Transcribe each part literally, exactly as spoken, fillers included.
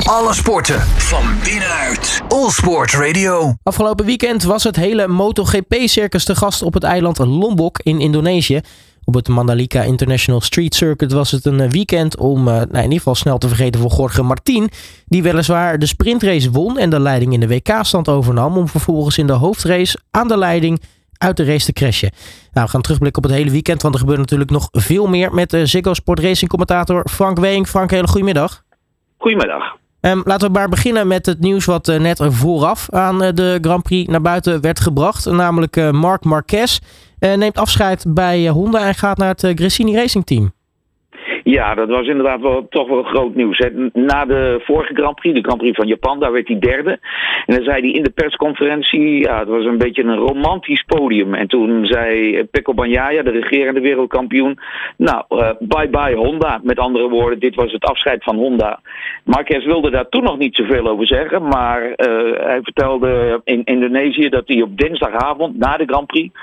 Alle sporten van binnenuit. All Sport Radio. Afgelopen weekend was het hele MotoGP-circus te gast op het eiland Lombok in Indonesië. Op het Mandalika International Street Circuit was het een weekend om uh, nou in ieder geval snel te vergeten voor Jorge Martin. Die weliswaar de sprintrace won en de leiding in de W K-stand overnam. Om vervolgens in de hoofdrace aan de leiding uit de race te crashen. Nou, we gaan terugblikken op het hele weekend. Want er gebeurt natuurlijk nog veel meer met de Ziggo Sport Racing commentator Frank Weink. Frank, hele goedemiddag. Goedemiddag. Um, laten we maar beginnen met het nieuws wat uh, net vooraf aan uh, de Grand Prix naar buiten werd gebracht. Namelijk uh, Marc Marquez uh, neemt afscheid bij uh, Honda en gaat naar het uh, Gresini Racing Team. Ja, dat was inderdaad wel, toch wel groot nieuws. Hè. Na de vorige Grand Prix, de Grand Prix van Japan, daar werd hij derde. En dan zei hij in de persconferentie, ja, het was een beetje een romantisch podium. En toen zei Pecco Bagnaia, de regerende wereldkampioen, nou, uh, bye bye Honda. Met andere woorden, dit was het afscheid van Honda. Marquez wilde daar toen nog niet zoveel over zeggen, maar uh, hij vertelde in Indonesië dat hij op dinsdagavond, na de Grand Prix,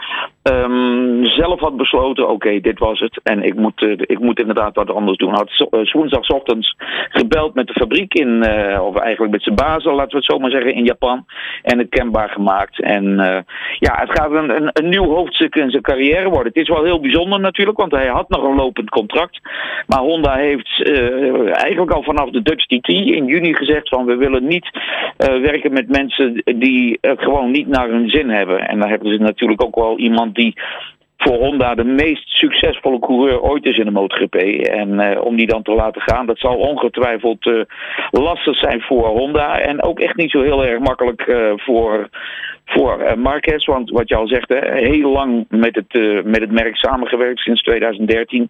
um, zelf had besloten, oké, okay, dit was het. En ik moet, uh, ik moet inderdaad wat anders doen. Hij had uh, woensdagochtends gebeld met de fabriek in, uh, of eigenlijk met zijn bazen, laten we het zo maar zeggen, in Japan. En het kenbaar gemaakt. En uh, ja, het gaat een, een, een nieuw hoofdstuk in zijn carrière worden. Het is wel heel bijzonder natuurlijk, want hij had nog een lopend contract. Maar Honda heeft uh, eigenlijk al vanaf de Dutch T T in juni gezegd van we willen niet uh, werken met mensen die het gewoon niet naar hun zin hebben. En dan hebben ze natuurlijk ook wel iemand die voor Honda de meest succesvolle coureur ooit is in de MotoGP. En uh, om die dan te laten gaan, dat zal ongetwijfeld uh, lastig zijn voor Honda. En ook echt niet zo heel erg makkelijk uh, voor, voor uh, Marquez. Want wat je al zegt, hè, heel lang met het, uh, met het merk samengewerkt sinds twintig dertien.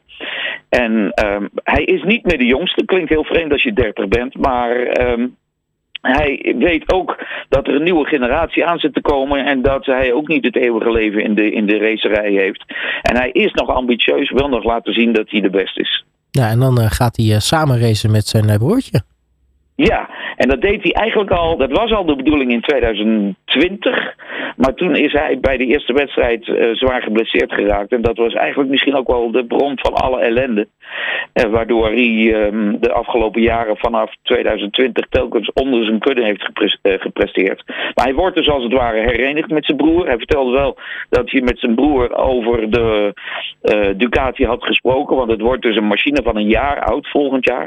En um, hij is niet meer de jongste. Klinkt heel vreemd als je dertig bent, maar Um, hij weet ook dat er een nieuwe generatie aan zit te komen en dat hij ook niet het eeuwige leven in de, in de racerij heeft. En hij is nog ambitieus, wil nog laten zien dat hij de beste is. Ja, en dan uh, gaat hij uh, samen racen met zijn uh, broertje. Ja, en dat deed hij eigenlijk al, dat was al de bedoeling in twintig twintig. Maar toen is hij bij de eerste wedstrijd uh, zwaar geblesseerd geraakt. En dat was eigenlijk misschien ook wel de bron van alle ellende. Uh, waardoor hij um, de afgelopen jaren vanaf twintig twintig telkens onder zijn kudde heeft gepre- uh, gepresteerd. Maar hij wordt dus als het ware herenigd met zijn broer. Hij vertelde wel dat hij met zijn broer over de uh, Ducati had gesproken. Want het wordt dus een machine van een jaar oud volgend jaar.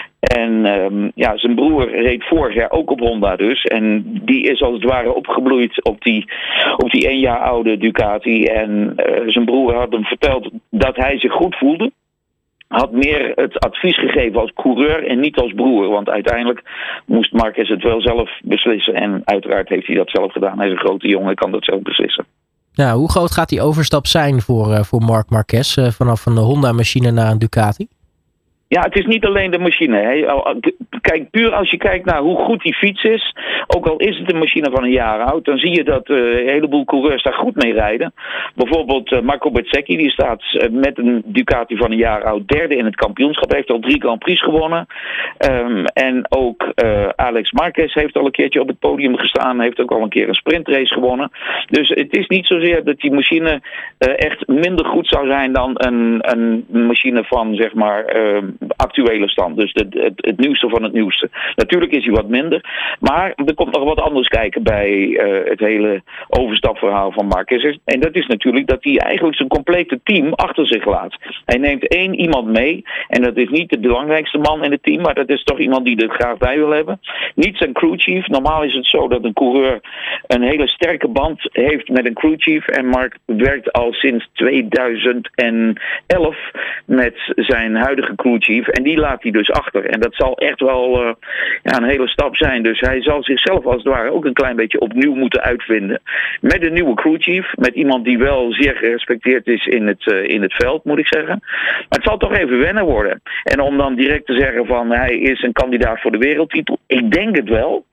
En um, ja, zijn broer reed vorig jaar ook op Honda dus. En die is als het ware opgebloeid op die, op die één jaar oude Ducati. En uh, zijn broer had hem verteld dat hij zich goed voelde. Had meer het advies gegeven als coureur en niet als broer. Want uiteindelijk moest Marquez het wel zelf beslissen. En uiteraard heeft hij dat zelf gedaan. Hij is een grote jongen, hij kan dat zelf beslissen. Ja, hoe groot gaat die overstap zijn voor, uh, voor Marc Marquez uh, vanaf een Honda-machine naar een Ducati? Ja, het is niet alleen de machine. Hè. Kijk, puur als je kijkt naar hoe goed die fiets is, ook al is het een machine van een jaar oud, dan zie je dat uh, een heleboel coureurs daar goed mee rijden. Bijvoorbeeld uh, Marco Bezzecchi, die staat uh, met een Ducati van een jaar oud derde in het kampioenschap, heeft al drie Grand Prix gewonnen. Um, en ook uh, Alex Marquez heeft al een keertje op het podium gestaan, heeft ook al een keer een sprintrace gewonnen. Dus het is niet zozeer dat die machine uh, echt minder goed zou zijn dan een, een machine van, zeg maar, Uh, actuele stand. Dus het, het, het nieuwste van het nieuwste. Natuurlijk is hij wat minder. Maar er komt nog wat anders kijken bij uh, het hele overstapverhaal van Marquez. En dat is natuurlijk dat hij eigenlijk zijn complete team achter zich laat. Hij neemt één iemand mee. En dat is niet de belangrijkste man in het team. Maar dat is toch iemand die er graag bij wil hebben. Niet zijn crewchief. Normaal is het zo dat een coureur een hele sterke band heeft met een crewchief. En Mark werkt al sinds tweeduizend elf met zijn huidige crewchief. En die laat hij dus achter. En dat zal echt wel uh, ja, een hele stap zijn. Dus hij zal zichzelf als het ware ook een klein beetje opnieuw moeten uitvinden. Met een nieuwe crewchief. Met iemand die wel zeer gerespecteerd is in het, uh, in het veld, moet ik zeggen. Maar het zal toch even wennen worden. En om dan direct te zeggen van hij is een kandidaat voor de wereldtitel. Ik denk het wel.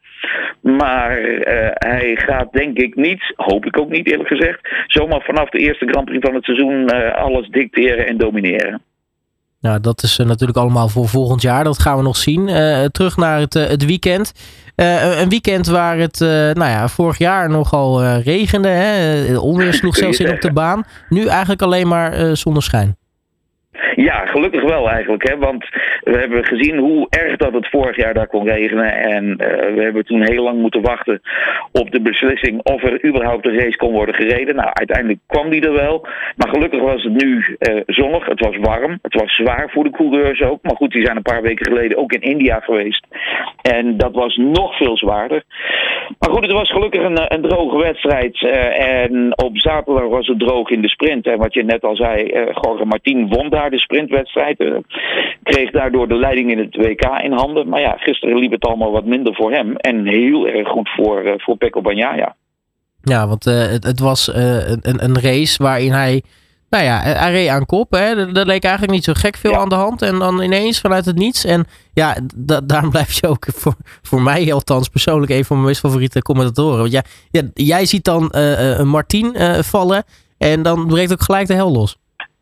Maar uh, hij gaat denk ik niet, hoop ik ook niet eerlijk gezegd, zomaar vanaf de eerste Grand Prix van het seizoen uh, alles dicteren en domineren. Nou, dat is uh, natuurlijk allemaal voor volgend jaar. Dat gaan we nog zien. Uh, terug naar het, uh, het weekend. Uh, een weekend waar het uh, nou ja, vorig jaar nogal uh, regende. Hè? Onweer sloeg zelfs in op de baan. Nu eigenlijk alleen maar uh, zonneschijn. Ja, gelukkig wel eigenlijk. Hè? Want we hebben gezien hoe erg dat het vorig jaar daar kon regenen. En uh, we hebben toen heel lang moeten wachten op de beslissing of er überhaupt een race kon worden gereden. Nou, uiteindelijk kwam die er wel. Maar gelukkig was het nu uh, zonnig. Het was warm. Het was zwaar voor de coureurs ook. Maar goed, die zijn een paar weken geleden ook in India geweest. En dat was nog veel zwaarder. Maar goed, het was gelukkig een, een droge wedstrijd. Uh, en op zaterdag was het droog in de sprint. En wat je net al zei, uh, Jorge Martin won daar de sprintwedstrijd. Uh, kreeg daardoor de leiding in het W K in handen. Maar ja, gisteren liep het allemaal wat minder voor hem. En heel erg goed voor, uh, voor Pecco Bagnaia. Ja, want uh, het, het was uh, een, een race waarin hij... Nou ja, hij reed aan kop. Hè. Er, er leek eigenlijk niet zo gek veel ja. aan de hand. En dan ineens vanuit het niets. En ja, da- daarom blijf je ook voor, voor mij althans persoonlijk een van mijn meest favoriete commentatoren. Want ja, ja, jij ziet dan uh, uh, Martin uh, vallen. En dan breekt ook gelijk de hel los.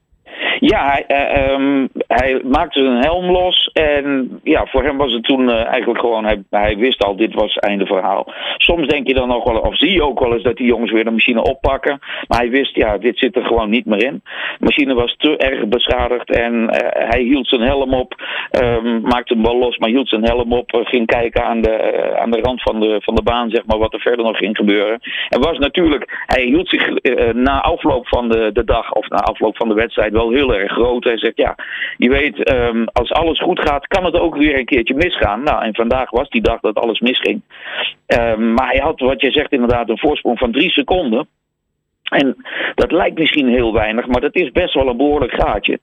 Ja, hij, uh, um, hij maakte zijn helm los en ja, voor hem was het toen uh, eigenlijk gewoon, hij, hij wist al, dit was het einde verhaal. Soms denk je dan nog wel, of zie je ook wel eens dat die jongens weer de machine oppakken, maar hij wist, ja, dit zit er gewoon niet meer in. De machine was te erg beschadigd en uh, hij hield zijn helm op, um, maakte hem wel los, maar hield zijn helm op, uh, ging kijken aan de, uh, aan de rand van de, van de baan, zeg maar, wat er verder nog ging gebeuren. En was natuurlijk, hij hield zich uh, na afloop van de, de dag, of na afloop van de wedstrijd wel heel erg groot. Hij zegt, ja, je weet, um, als alles goed gaat, kan het ook weer een keertje misgaan. Nou, en vandaag was die dag dat alles misging. Um, maar hij had, wat je zegt, inderdaad een voorsprong van drie seconden. En dat lijkt misschien heel weinig, maar dat is best wel een behoorlijk gaatje.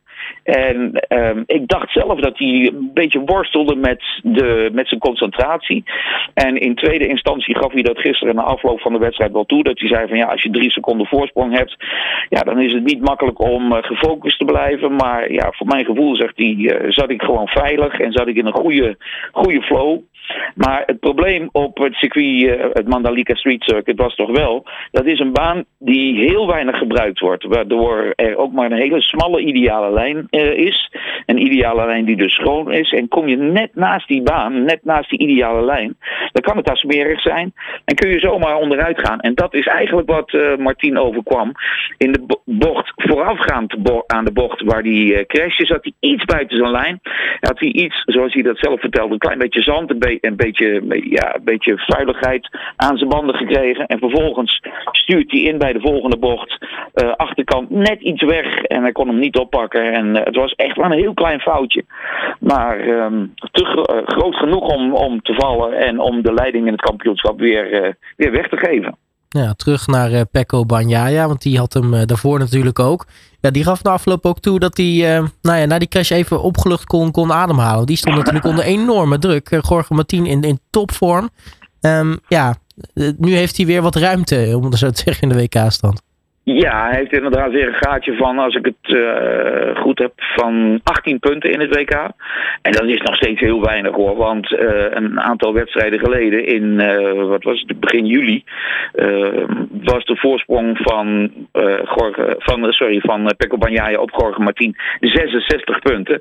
En um, ik dacht zelf dat hij een beetje worstelde met, de, met zijn concentratie. En in tweede instantie gaf hij dat gisteren na afloop van de wedstrijd wel toe. Dat hij zei van ja, als je drie seconden voorsprong hebt, ja, dan is het niet makkelijk om uh, gefocust te blijven. Maar ja, voor mijn gevoel, zegt hij, uh, zat ik gewoon veilig en zat ik in een goede, goede flow. Maar het probleem op het circuit, uh, het Mandalika Street Circuit, was toch wel, dat is een baan die heel weinig gebruikt wordt. Waardoor er ook maar een hele smalle ideale lijn uh, is. Een ideale lijn die dus schoon is. En kom je net naast die baan, net naast die ideale lijn, dan kan het daar smerig zijn. En kun je zomaar onderuit gaan. En dat is eigenlijk wat uh, Martin overkwam. In de bocht, voorafgaand aan de bocht waar die uh, crashte, zat hij iets buiten zijn lijn. Had hij iets, zoals hij dat zelf vertelde, een klein beetje zand, een, be- een, beetje, ja, een beetje vuiligheid aan zijn banden gekregen. En vervolgens stuurt hij in bij de volgende bocht. Uh, achterkant net iets weg en hij kon hem niet oppakken. En uh, het was echt wel een heel klein foutje. Maar um, te gro- uh, groot genoeg om, om te vallen en om de leiding in het kampioenschap weer, uh, weer weg te geven. Ja, terug naar uh, Pecco Bagnaia, want die had hem uh, daarvoor natuurlijk ook. Ja, die gaf na afloop ook toe dat hij uh, nou ja, na die crash even opgelucht kon, kon ademhalen. Die stond natuurlijk onder enorme druk. Uh, Jorge Martin in, in topvorm. Um, ja, uh, nu heeft hij weer wat ruimte, om het zo te zeggen, in de W K-stand. Ja, hij heeft inderdaad weer een gaatje van, als ik het uh, goed heb, van achttien punten in het W K. En dat is nog steeds heel weinig hoor, want uh, een aantal wedstrijden geleden, in uh, wat was het, begin juli, uh, was de voorsprong van, uh, Jorge, van, sorry, van uh, Pecco Bagnaia op Jorge Martin zesenzestig punten.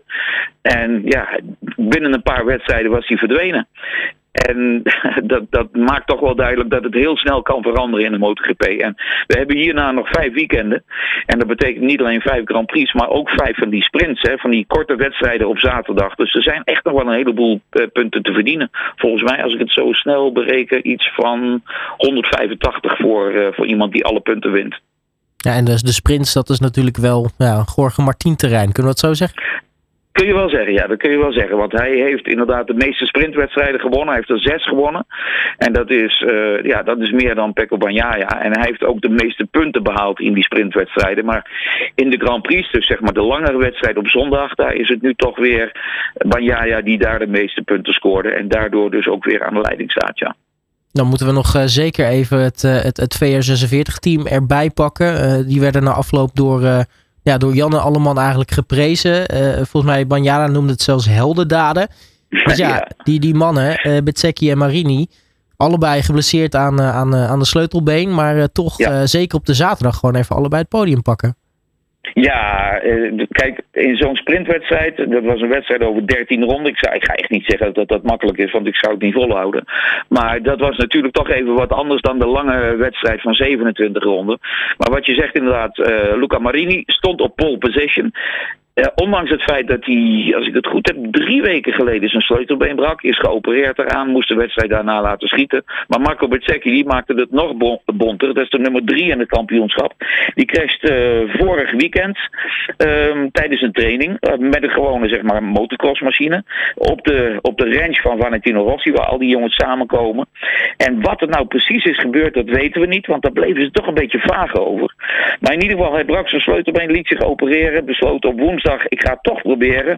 En ja, binnen een paar wedstrijden was hij verdwenen. En dat, dat maakt toch wel duidelijk dat het heel snel kan veranderen in de MotoGP. En we hebben hierna nog vijf weekenden. En dat betekent niet alleen vijf Grand Prix, maar ook vijf van die sprints. Hè, van die korte wedstrijden op zaterdag. Dus er zijn echt nog wel een heleboel uh, punten te verdienen. Volgens mij, als ik het zo snel bereken, iets van honderdvijfentachtig voor, uh, voor iemand die alle punten wint. Ja, en dus de sprints, dat is natuurlijk wel ja, Jorge Martin terrein. Kunnen we dat zo zeggen? Kun je wel zeggen, ja, dat kun je wel zeggen. Want hij heeft inderdaad de meeste sprintwedstrijden gewonnen. Hij heeft er zes gewonnen. En dat is, uh, ja, dat is meer dan Pecco Bagnaia. En hij heeft ook de meeste punten behaald in die sprintwedstrijden. Maar in de Grand Prix, dus zeg maar de langere wedstrijd op zondag, daar is het nu toch weer Bagnaia die daar de meeste punten scoorde. En daardoor dus ook weer aan de leiding staat, ja. Dan moeten we nog uh, zeker even het, uh, het, het V R zesenveertig-team erbij pakken. Uh, die werden na afloop door... Uh, Ja, door Janne Alleman eigenlijk geprezen. Uh, volgens mij, Bagnaia noemde het zelfs heldendaden. Dus ja, ja. Die, die mannen, uh, Bezzecchi en Marini, allebei geblesseerd aan, uh, aan, uh, aan de sleutelbeen. Maar uh, toch ja. uh, zeker op de zaterdag gewoon even allebei het podium pakken. Ja, uh, kijk, in zo'n sprintwedstrijd, dat was een wedstrijd over dertien ronden. Ik, zou, ik ga echt niet zeggen dat dat makkelijk is, want ik zou het niet volhouden. Maar dat was natuurlijk toch even wat anders dan de lange wedstrijd van zevenentwintig ronden. Maar wat je zegt inderdaad, uh, Luca Marini stond op pole position. Uh, ondanks het feit dat hij, als ik het goed heb, drie weken geleden zijn sleutelbeen brak, is geopereerd eraan, moest de wedstrijd daarna laten schieten. Maar Marco Bezzecchi, die maakte het nog bon- bonter. Dat is de nummer drie in het kampioenschap. Die crasht uh, vorig weekend uh, tijdens een training uh, met een gewone, zeg maar, motocrossmachine op de, op de ranch van Valentino Rossi, waar al die jongens samenkomen. En wat er nou precies is gebeurd, dat weten we niet, want daar bleven ze toch een beetje vaag over. Maar in ieder geval, hij brak zijn sleutelbeen, liet zich opereren, besloot op woensdag, ik ga het toch proberen.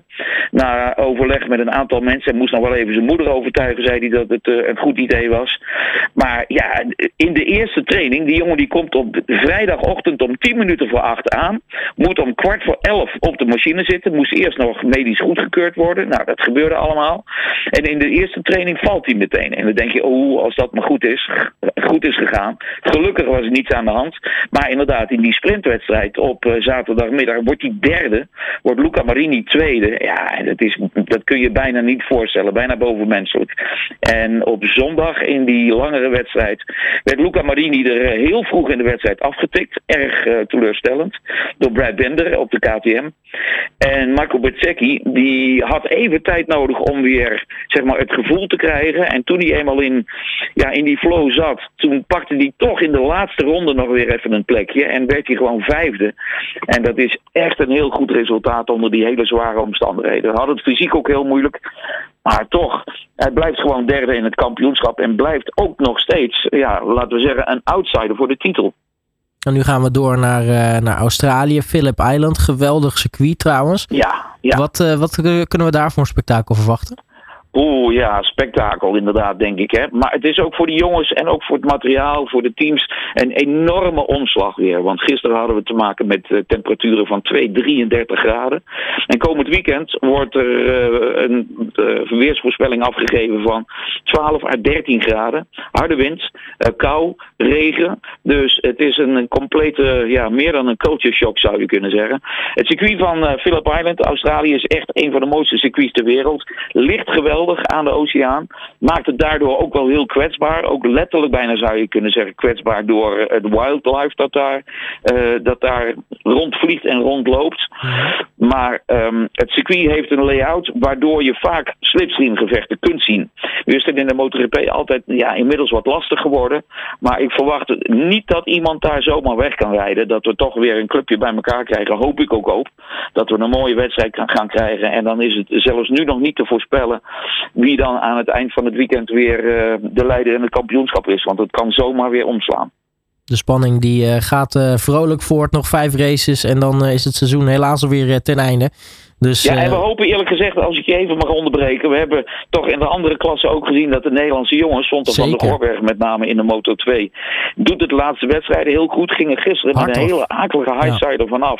Na overleg met een aantal mensen, hij moest nog wel even zijn moeder overtuigen, zei hij dat het uh, een goed idee was. Maar ja, in de eerste training, die jongen die komt op vrijdagochtend om tien minuten voor acht aan, moet om kwart voor elf op de machine zitten, moest eerst nog medisch goedgekeurd worden. Nou, dat gebeurde allemaal. En in de eerste training valt hij meteen. En dan denk je, oh, als dat maar goed is, goed is gegaan. Gelukkig was er niets aan de hand. Maar inderdaad, in die sprintwedstrijd op uh, zaterdagmiddag wordt hij derde, wordt Luca Marini tweede. Ja, dat, is, dat kun je bijna niet voorstellen. Bijna bovenmenselijk. En op zondag in die langere wedstrijd werd Luca Marini er heel vroeg in de wedstrijd afgetikt. Erg uh, teleurstellend. Door Brad Binder op de K T M. En Marco Bezzecchi, die had even tijd nodig om weer, zeg maar, het gevoel te krijgen. En toen hij eenmaal in, ja, in die flow zat, toen pakte hij toch in de laatste ronde nog weer even een plekje. En werd hij gewoon vijfde. En dat is echt een heel goed resultaat onder die hele zware omstandigheden. Hij had het fysiek ook heel moeilijk. Maar toch, hij blijft gewoon derde in het kampioenschap. En blijft ook nog steeds, ja, laten we zeggen, een outsider voor de titel. En nu gaan we door naar, uh, naar Australië, Phillip Island. Geweldig circuit trouwens. Ja, ja. Wat, uh, wat kunnen we daar voor een spektakel verwachten? Oeh, ja, spektakel inderdaad, denk ik. Hè. Maar het is ook voor de jongens en ook voor het materiaal, voor de teams, een enorme omslag weer. Want gisteren hadden we te maken met uh, temperaturen van twee, drieëndertig graden. En komend weekend wordt er uh, een uh, weersvoorspelling afgegeven van twaalf à dertien graden. Harde wind, uh, kou, regen. Dus het is een, een complete, ja, meer dan een culture shock zou je kunnen zeggen. Het circuit van uh, Phillip Island, Australië, is echt een van de mooiste circuits ter wereld. Ligt geweldig aan de oceaan. Maakt het daardoor ook wel heel kwetsbaar. Ook letterlijk bijna zou je kunnen zeggen kwetsbaar door het wildlife dat daar, uh, dat daar rondvliegt en rondloopt. Maar um, het circuit heeft een layout waardoor je vaak slipstreamgevechten kunt zien. Nu is het in de MotoGP altijd, ja, inmiddels wat lastig geworden. Maar ik verwacht niet dat iemand daar zomaar weg kan rijden. Dat we toch weer een clubje bij elkaar krijgen. Hoop ik ook op. Dat we een mooie wedstrijd gaan krijgen. En dan is het zelfs nu nog niet te voorspellen wie dan aan het eind van het weekend weer uh, de leider in het kampioenschap is. Want het kan zomaar weer omslaan. De spanning die uh, gaat uh, vrolijk voort. Nog vijf races en dan uh, is het seizoen helaas alweer uh, ten einde. Dus, ja, en we uh, hopen eerlijk gezegd, als ik je even mag onderbreken, we hebben toch in de andere klassen ook gezien dat de Nederlandse jongens, Zonter van der Gorberg met name in de Moto twee, doet het de laatste wedstrijden heel goed. Gingen gisteren Hard met een of. hele akelige highsider ja. vanaf.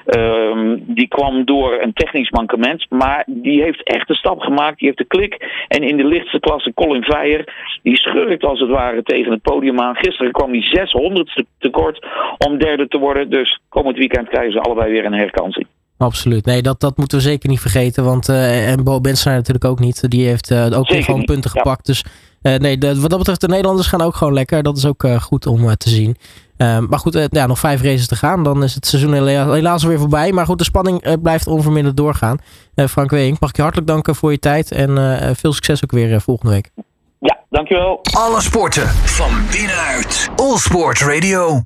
Um, die kwam door een technisch mankement, maar die heeft echt een stap gemaakt. Die heeft de klik. En in de lichtste klasse Colin Veijer, die schurkt als het ware tegen het podium aan. Gisteren kwam hij zeshonderdste tekort om derde te worden. Dus komend weekend krijgen ze allebei weer een herkansing. Absoluut. Nee, dat, dat moeten we zeker niet vergeten. Want uh, en Bo Benstra natuurlijk ook niet. Die heeft uh, ook weer gewoon punten ja. gepakt. Dus uh, nee, de, wat dat betreft, de Nederlanders gaan ook gewoon lekker. Dat is ook uh, goed om uh, te zien. Uh, maar goed, uh, ja, nog vijf races te gaan. Dan is het seizoen hela- helaas weer voorbij. Maar goed, de spanning uh, blijft onverminderd doorgaan. Uh, Frank Weink, mag ik je hartelijk danken voor je tijd. En uh, veel succes ook weer uh, volgende week. Ja, dankjewel. Alle sporten van binnenuit. All Sport Radio.